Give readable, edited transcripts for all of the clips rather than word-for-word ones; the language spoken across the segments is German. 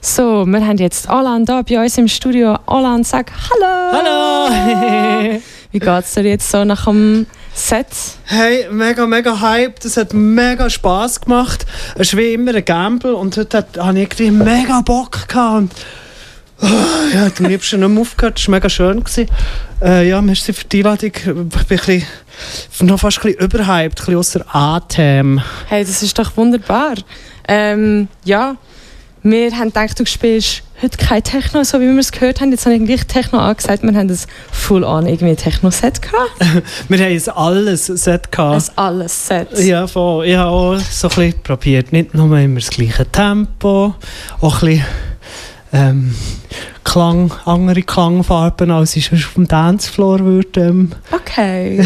So, wir haben jetzt Alan da bei uns im Studio. Alan, sag Hallo! Hallo! Wie geht's dir jetzt so nach dem Set? Hey, mega Hype. Das hat mega Spass gemacht. Es ist wie immer ein Gamble und heute hatte ich irgendwie mega Bock gehabt. Und, ich hätte am liebsten nicht mehr aufgehört. Das war mega schön. Ja, merci für die Einladung. Ich bin noch fast ein bisschen überhyped, ein bisschen ausser Atem. Hey, das ist doch wunderbar. Ja, wir haben gedacht, du spielst heute kein Techno, so wie wir es gehört haben. Jetzt habe ich gleich Techno angesagt. Wir haben das full-on irgendwie Techno-Set gehabt. Wir haben ein alles Set gehabt. Ein alles Set. Ja, voll. Ich habe auch so ein bisschen probiert. Nicht nur immer das gleiche Tempo, auch ein bisschen andere Klangfarben, als ich auf dem Dancefloor würde. Okay.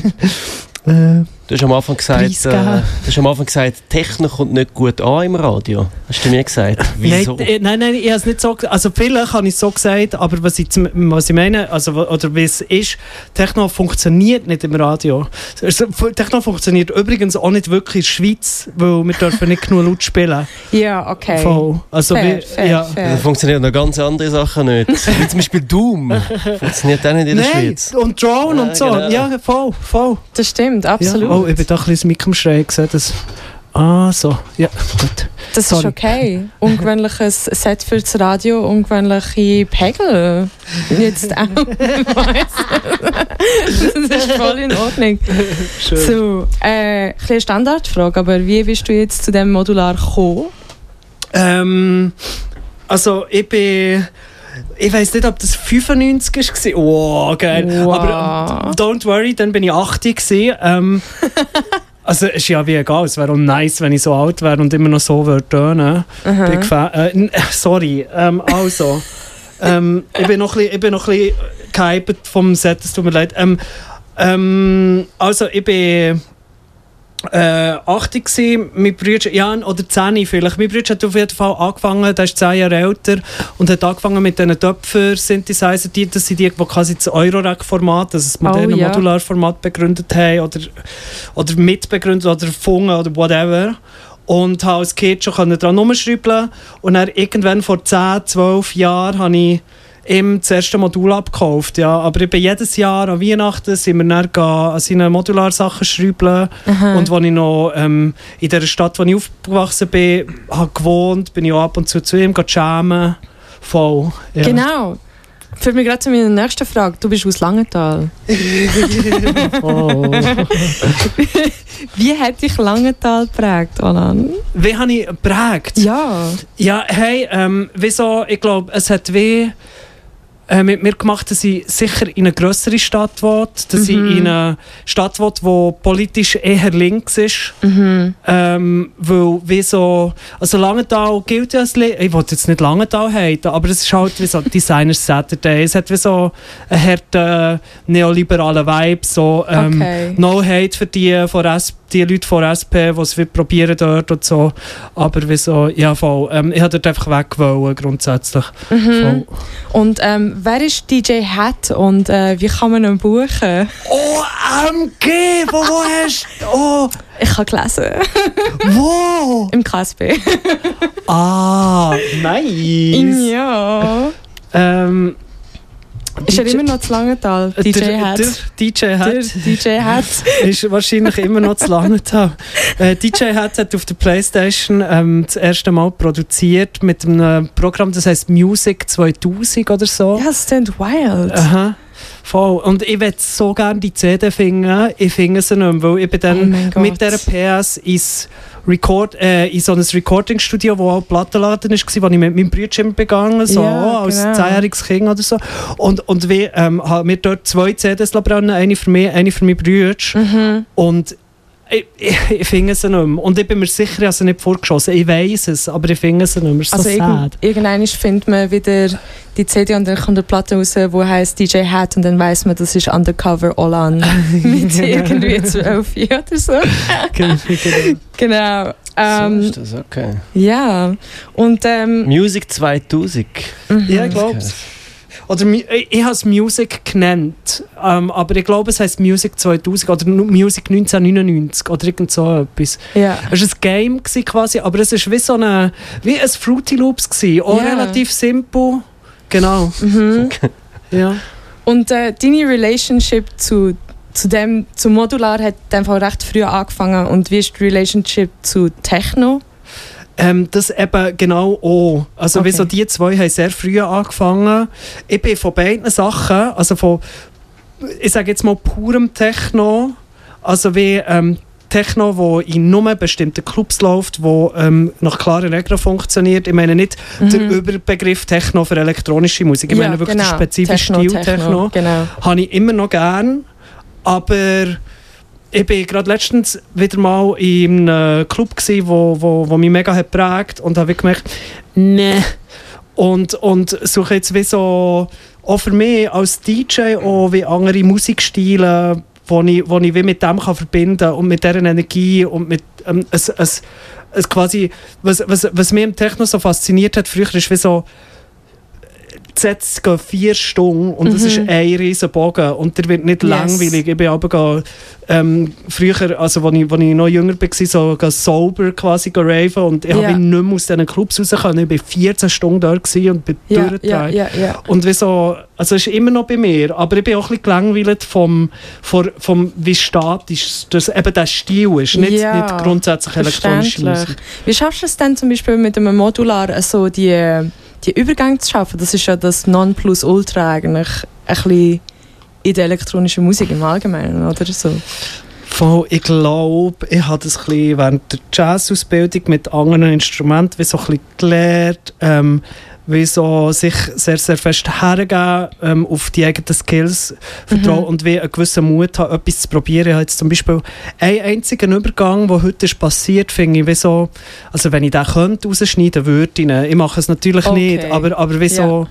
Du hast am Anfang gesagt, Techno kommt nicht gut an im Radio. Hast du mir gesagt? Wieso? Nein, ich habe es nicht so gesagt. Also vielleicht habe ich es so gesagt, aber was ich meine, also, oder wie es ist, Techno funktioniert nicht im Radio. Techno funktioniert übrigens auch nicht wirklich in der Schweiz, weil wir dürfen nicht genug laut spielen. Ja, okay. Voll. Also fair. Da funktionieren noch ganz andere Sachen nicht. Wie zum Beispiel Doom. Funktioniert auch nicht in der Schweiz. Und Drone und so. Genau. Ja, voll. Das stimmt, absolut. Ja. Oh, ich bin da ein bisschen ins Mikro am Schreien gesehen. So. Ja, gut. Das Sorry. Ist okay. Ungewöhnliches Set für das Radio, ungewöhnliche Pegel. Jetzt auch. Das ist voll in Ordnung. Schön. So, eine Standardfrage, aber wie bist du jetzt zu dem Modular gekommen? Also, ich weiss nicht, ob das 95 war. Oh, geil. Wow. Aber don't worry, dann bin ich 80 gewesen. Also es ist ja wie egal, es wäre auch nice, wenn ich so alt wäre und immer noch so würde tönen. Sorry, also. Ich bin noch ein bisschen gehypt vom Set, es tut mir leid. Also ich bin 80 gewesen, mein Bruder, ja, oder 10 vielleicht. Mein Bruder hat auf jeden Fall angefangen, der ist 10 Jahre älter und hat angefangen mit diesen Töpfer-Synthesizer, das sind die quasi das Eurorack-Format, also das moderne Modularformat begründet haben oder mitbegründet oder erfunden oder whatever. Und habe als Kind schon daran rumschrauben und dann irgendwann vor 10, 12 Jahren habe ich ihm das erste Modul abgekauft, ja. Aber ich bin jedes Jahr an Weihnachten sind wir dann an seinen Modularsachen schrauben. Und als ich noch in der Stadt, wo ich aufgewachsen bin, habe gewohnt, bin ich auch ab und zu ihm jammen. Voll. Ja. Genau. Führt mich gerade zu meiner nächsten Frage. Du bist aus Langenthal. Oh. Wie hat dich Langenthal geprägt, Alan? Wie habe ich geprägt? Ja. Ja, hey, wieso? Ich glaube, es hat mit mir gemacht, dass ich sicher in eine grössere Stadt will, dass ich in eine Stadt will, die politisch eher links ist. Weil wieso, also Langenthal gilt ja als ich will jetzt nicht Langenthal haten, aber es ist halt wie so Designers Saturday. Es hat wie so einen harten neoliberalen Vibe, so no hate für die Leute von SP, die es probieren dort und so. Aber wieso, ja voll. Ich wollte dort einfach weg wollen, grundsätzlich. Voll. Und wer ist DJ Hat und wie kann man ihn buchen? Oh, MG! Wo hast du? Oh. Ich habe gelesen. Wo? Im KSB. Nice! Ja. Ist er immer noch zu Langenthal? DJ Hat. DJ Hat ist wahrscheinlich immer noch zu Langenthal. DJ Hat hat auf der Playstation das erste Mal produziert mit einem Programm, das heisst Music 2000 oder so. Ja, das klingt wild. Aha. Voll. Und ich würde so gerne die CD finden. Ich finde sie nicht mehr, weil ich bin dann mit dieser PS in so ein Recording-Studio, wo auch Plattenladen war, wo ich mit meinem Bruder begangen so als 10-jähriges Kind oder so. Und wir haben mir dort 2 CDs brennen, eine für mich, eine für meinen Bruder. Und ich finde sie nicht mehr. Und ich bin mir sicher, ich habe sie nicht vorgeschossen. Ich weiss es, aber ich finde sie nicht mehr. So sad. Irgendwann findet man wieder die CD und dann kommt eine Platte raus, die heisst DJ Hat und dann weiss man, das ist Undercover Alan mit irgendwie 12 oder so. Genau. So ist das, okay. Ja. Und Music 2000. Ja, ich glaube es. oder ich habe es Music genannt, aber ich glaube, es heisst Music 2000 oder Music 1999 oder irgend so etwas. Ja. Es war ein Game quasi, aber es war wie ein Fruity Loops gewesen. Auch relativ simpel. Genau. Ja. Und deine Relationship zu Modular hat einfach recht früh angefangen. Und wie ist die Relationship zu Techno? Das eben genau auch. Also wie so die zwei haben sehr früh angefangen. Ich bin von beiden Sachen, also von, ich sage jetzt mal purem Techno, also wie Techno, wo in nur bestimmten Clubs läuft, wo nach klaren Regeln funktioniert. Ich meine nicht der Überbegriff Techno für elektronische Musik. Ich meine wirklich den spezifischen Stil Techno. Genau. Habe ich immer noch gern. Aber ich war gerade letztens wieder mal in einem Club gsi, wo mich mega hat geprägt und habe gemerkt, ne. Und suche jetzt wie so, auch für mich als DJ auch wie andere Musikstile, wo ich wie mit dem kann verbinden und mit dieser Energie und mit es quasi, was mich im Techno so fasziniert hat, früher ist wie so, die Sätze gehen 4 Stunden und es ist ein riesen Bogen und der wird nicht langweilig. Ich bin aber früher, also als ich noch jünger war, so sober quasi raven und ich habe nicht mehr aus diesen Clubs raus können. Ich war 14 Stunden da und bin durchgedreht. Ja. Und wie so, also es ist immer noch bei mir, aber ich bin auch ein bisschen gelangweilt vom wie statisch das eben der Stil ist, nicht grundsätzlich elektronische Musik. Wie schaffst du es denn zum Beispiel mit einem Modular so die Übergänge zu schaffen? Das ist ja das Nonplusultra eigentlich ein bisschen in der elektronischen Musik im Allgemeinen, oder so? Ich glaube, ich habe das ein bisschen während der Jazz-Ausbildung mit anderen Instrumenten wie so ein bisschen gelernt, wie so sich sehr, sehr fest hergeben, auf die eigenen Skills vertrauen und wie einen gewissen Mut haben, etwas zu probieren. Ich habe jetzt zum Beispiel einen einzigen Übergang, der heute ist passiert, finde ich, wie so, also wenn ich den könnte rausschneiden würde, ich mache es natürlich nicht, aber wie so,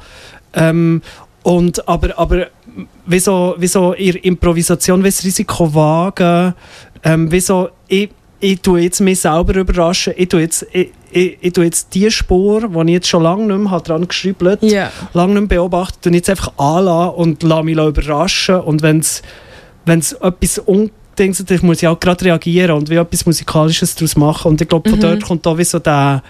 aber wie so in der Improvisation, wie das Risiko wagen, wie so, ich tue jetzt mich selber überraschen, ich tue jetzt die Spur, die ich jetzt schon lange nicht mehr daran geschrieben habe, lange nicht mehr beobachtet, und jetzt einfach anlassen und lasse mich überraschen. Und wenn es etwas undenkst ist, muss ich auch gerade reagieren und wie etwas Musikalisches daraus machen. Und ich glaube, von dort kommt auch wie so der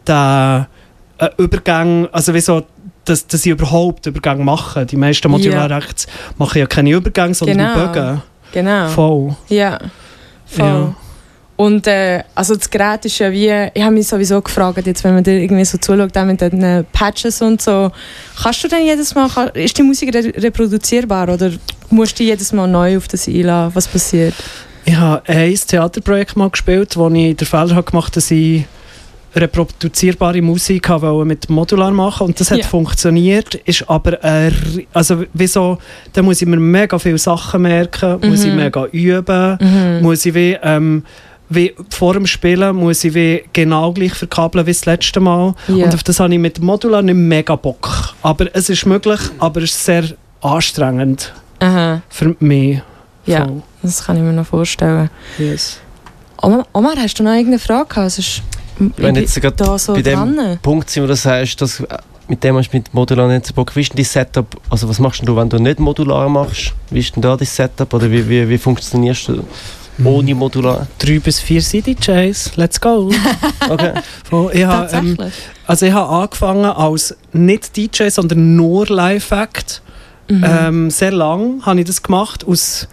Übergang, also wie so, dass ich überhaupt Übergang mache. Die meisten Modular-Acts machen ja keine Übergänge, sondern Bögen. Genau. Voll. Ja, voll. Ja. Und also das Gerät ist ja wie, ich habe mich sowieso gefragt, jetzt, wenn man dir irgendwie so zuschaut, auch mit den Patches und so, kannst du dann jedes Mal, ist die Musik reproduzierbar oder musst du jedes Mal neu auf das einladen? Was passiert? Ich habe ein Theaterprojekt mal gespielt, wo ich den Fehler gemacht habe, dass ich reproduzierbare Musik mit Modular machen, und das hat funktioniert, ist aber also wieso, da muss ich mir mega viele Sachen merken, muss ich mega üben, muss ich wie vor dem Spielen muss ich wie genau gleich verkabeln wie das letzte Mal. Und auf das habe ich mit Modular nicht mega Bock. Aber es ist möglich, aber es ist sehr anstrengend für mich. Ja, das kann ich mir noch vorstellen. Yes. Omar, hast du noch irgendeine Frage gehabt? Wenn jetzt gerade so bei dem Punkt sind, wo du sagst, dass mit dem hast du mit Modular nicht so Bock. Wie ist denn dein Setup? Also was machst du, wenn du nicht Modular machst? Wie ist denn da dein Setup? Oder wie funktionierst du ohne Modular? 3 bis 4 CDJs, let's go! Okay. Ich habe angefangen als nicht DJ, sondern nur Live-Act. Sehr lang habe ich das gemacht,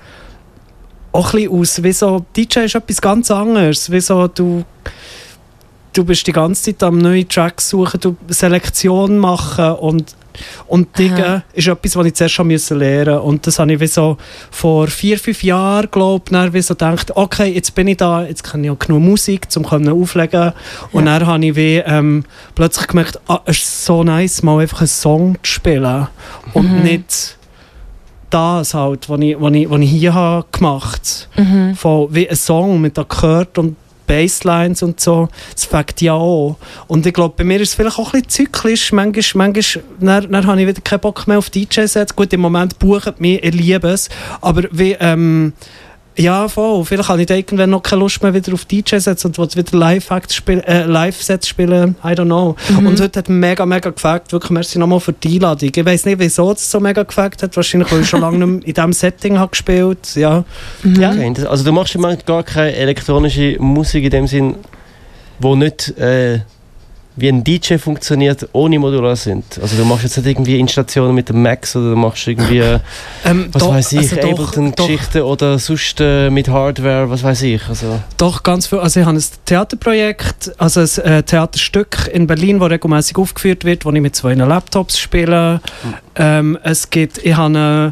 auch ein bisschen aus, wie so, DJ ist etwas ganz anderes, wie so, du bist die ganze Zeit am neuen Tracks suchen, du Selektion machen und Dinge ist etwas, was ich zuerst schon lernen musste. Und das habe ich wie so vor 4-5 Jahren, glaube ich, wie so gedacht, okay, jetzt bin ich da, jetzt kann ich auch genug Musik, um auflegen. Und dann habe ich wie, plötzlich gemerkt, es ist so nice, mal einfach einen Song zu spielen. Und nicht das halt, was ich hier habe gemacht habe. Von wie ein Song mit Akkord und Basslines und so, das fängt ja auch. Und ich glaube, bei mir ist es vielleicht auch ein bisschen zyklisch. Manchmal dann habe ich wieder keinen Bock mehr auf DJ-Sets. Gut, im Moment buchen mich, ich liebe es. Aber wie, Ja, voll. Vielleicht habe ich irgendwann noch keine Lust mehr wieder auf DJ-Sets und will wieder Live-Sets spielen. I don't know. Und heute hat mega gefällt. Wirklich, merci nochmal für die Einladung. Ich weiss nicht, wieso es so mega gefällt hat. Wahrscheinlich, weil ich schon lange nicht in diesem Setting habe gespielt. Ja. Ja. Okay, also du machst im Moment gar keine elektronische Musik in dem Sinn, wo nicht wie ein DJ funktioniert, ohne Modular sind. Also du machst jetzt nicht irgendwie Installationen mit dem Max oder du machst irgendwie, Ableton-Geschichten oder sonst mit Hardware, was weiß ich. Also. Doch, ganz viel. Also ich habe ein Theaterprojekt, also ein Theaterstück in Berlin, das regelmäßig aufgeführt wird, wo ich mit 2 Laptops spiele. Ich habe eine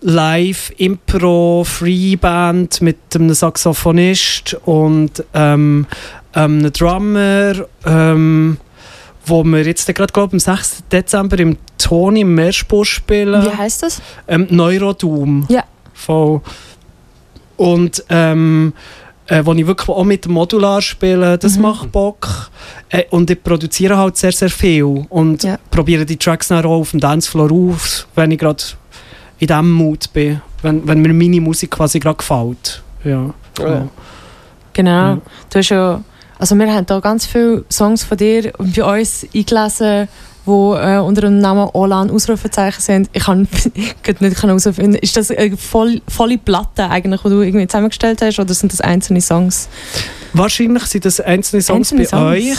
Live-Impro-Freeband mit einem Saxophonist und einem Drummer, wo wir jetzt gerade, glaube ich, am 6. Dezember im Toni im Meerspur spielen. Wie heisst das? Neurodoom. Ja. Voll. Und wo ich wirklich auch mit dem Modular spiele, das macht Bock. Und ich produziere halt sehr, sehr viel. Und probiere die Tracks dann auch auf dem Dancefloor auf, wenn ich gerade in diesem Mood bin. Wenn mir meine Musik quasi gerade gefällt. Ja. Genau. Ja. Du hast ja... Also wir haben hier ganz viele Songs von dir und bei uns eingelesen, die unter dem Namen Olan Ausrufezeichen sind. Ich kann nicht herausfinden, ist das eine volle Platte eigentlich, die du irgendwie zusammengestellt hast, oder sind das einzelne Songs? Wahrscheinlich sind das einzelne Songs bei euch.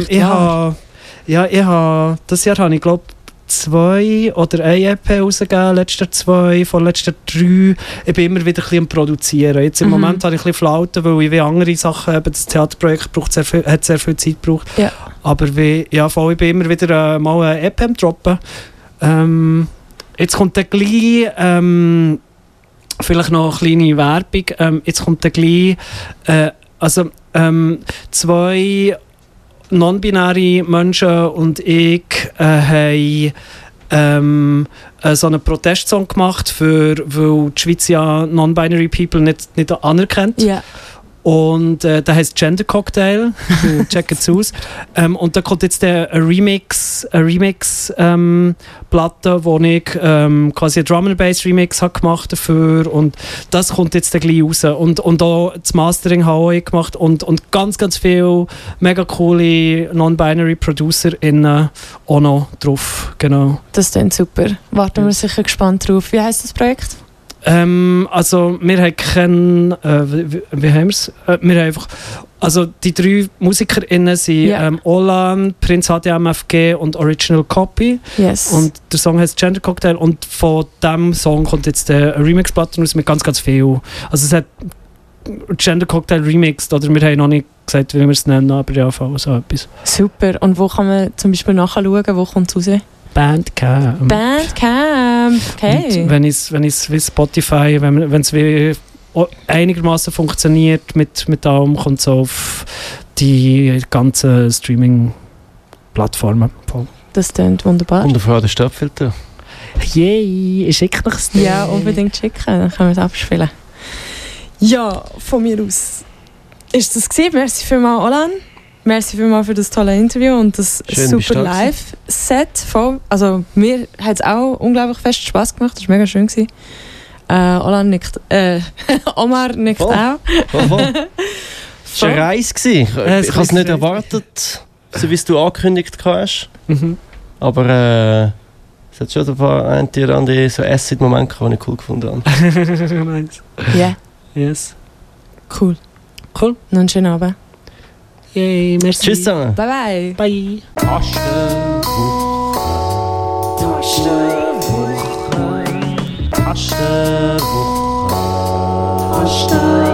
Das Jahr habe ich, glaube 2 oder eine EP rausgegeben, letztes Jahr 2, vorletztes Jahr 3. Ich bin immer wieder ein bisschen am Produzieren. Jetzt im Moment habe ich ein bisschen Flauten, weil ich wie andere Sachen habe. Das Theaterprojekt hat sehr viel Zeit gebraucht. Ja. Aber ich bin immer wieder mal eine EP am Droppen. Jetzt kommt dann gleich vielleicht noch eine kleine Werbung. Jetzt kommt dann gleich 2 non-binäre Menschen und ich haben so einen Protestsong gemacht, weil die Schweiz ja non-binary people nicht anerkennt. Yeah. Und der heisst Gender Cocktail. Check es aus. Und da kommt jetzt eine Remix-Platte, wo ich quasi einen Drum and Bass Remix habe gemacht dafür. Und das kommt jetzt dann gleich raus. Und auch das Mastering habe ich gemacht. Und ganz, ganz viele mega coole non-binary ProducerInnen auch noch drauf. Genau. Das ist dann super. Warten wir sicher gespannt drauf. Wie heisst das Projekt? Also wir haben keinen, wie haben wir es? Wir haben einfach, also die 3 MusikerInnen sind Olan, Prinz HDMFG und Original Copy. Yes. Und der Song heißt Gender Cocktail und von diesem Song kommt jetzt eine Remix-Platte raus mit ganz, ganz viel. Also es hat Gender Cocktail remixed, oder wir haben noch nicht gesagt, wie wir es nennen, aber ja, so etwas. Super. Und wo kann man zum Beispiel nachschauen, wo kommt es raus? Bandcamp. Okay. Und wenn es wie Spotify, wenn es wie einigermaßen funktioniert mit allem, kommt es auf die ganzen Streaming-Plattformen. Das klingt wunderbar. Und auf den Stadtfilter. Yay, ich schicke noch das. Ja, unbedingt schicken, dann können wir es abspielen. Ja, von mir aus ist das gewesen. Merci vielmals, Olan. Merci vielmals für das tolle Interview und das super Live-Set. Also mir hat es auch unglaublich fest Spass gemacht. Das war mega schön. Olan nickt, Omar nickt auch. Es war eine Reise. Ich habe es nicht erwartet, so wie es du angekündigt hast. Aber es hat schon ein paar andere so Acid-Momente, die ich cool gefunden habe. Nice. Ja. Yes. Cool. Noch einen schönen Abend. Yay, merci. Tschüss zusammen. Bye bye. Bye. Tastenwoche.